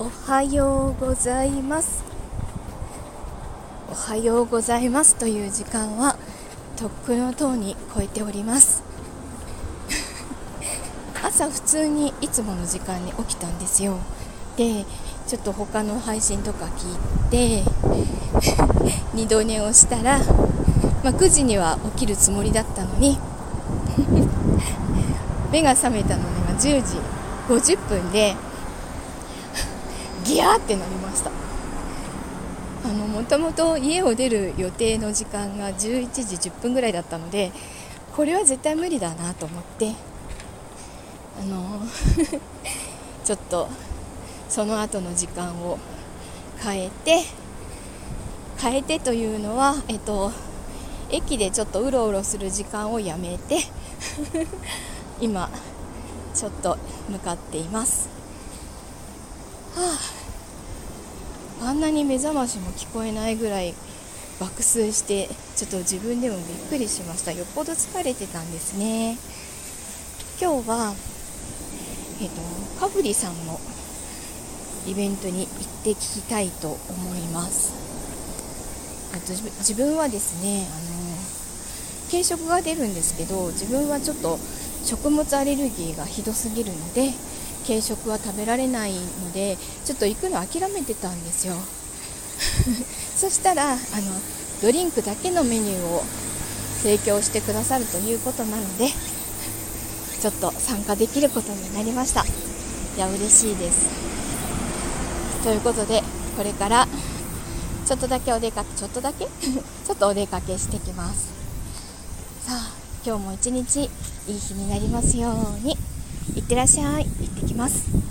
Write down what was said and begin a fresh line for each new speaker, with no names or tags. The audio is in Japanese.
おはようございます。おはようございますという時間はとっくのとうに超えております朝普通にいつもの時間に起きたんですよ。でちょっと他の配信とか聞いて二度寝をしたら、9時には起きるつもりだったのに目が覚めたのが10時50分でギヤーってなりました。もともと家を出る予定の時間が11時10分ぐらいだったので、これは絶対無理だなと思ってちょっとその後の時間を変えてというのは、駅でちょっとうろうろする時間をやめて今ちょっと向かっています。あんなに目覚ましも聞こえないぐらい爆睡して、ちょっと自分でもびっくりしました。よっぽど疲れてたんですね。今日は、かぶりさんのイベントに行ってきたいと思います。自分はですね、軽食が出るんですけど、自分はちょっと食物アレルギーがひどすぎるので軽食は食べられないので、ちょっと行くの諦めてたんですよそしたらドリンクだけのメニューを提供してくださるということなので、ちょっと参加できることになりました。いや嬉しいです。ということでこれからちょっとだけお出かけちょっとお出かけしてきます。さあ今日も一日いい日になりますように。いってらっしゃい。行ってきます。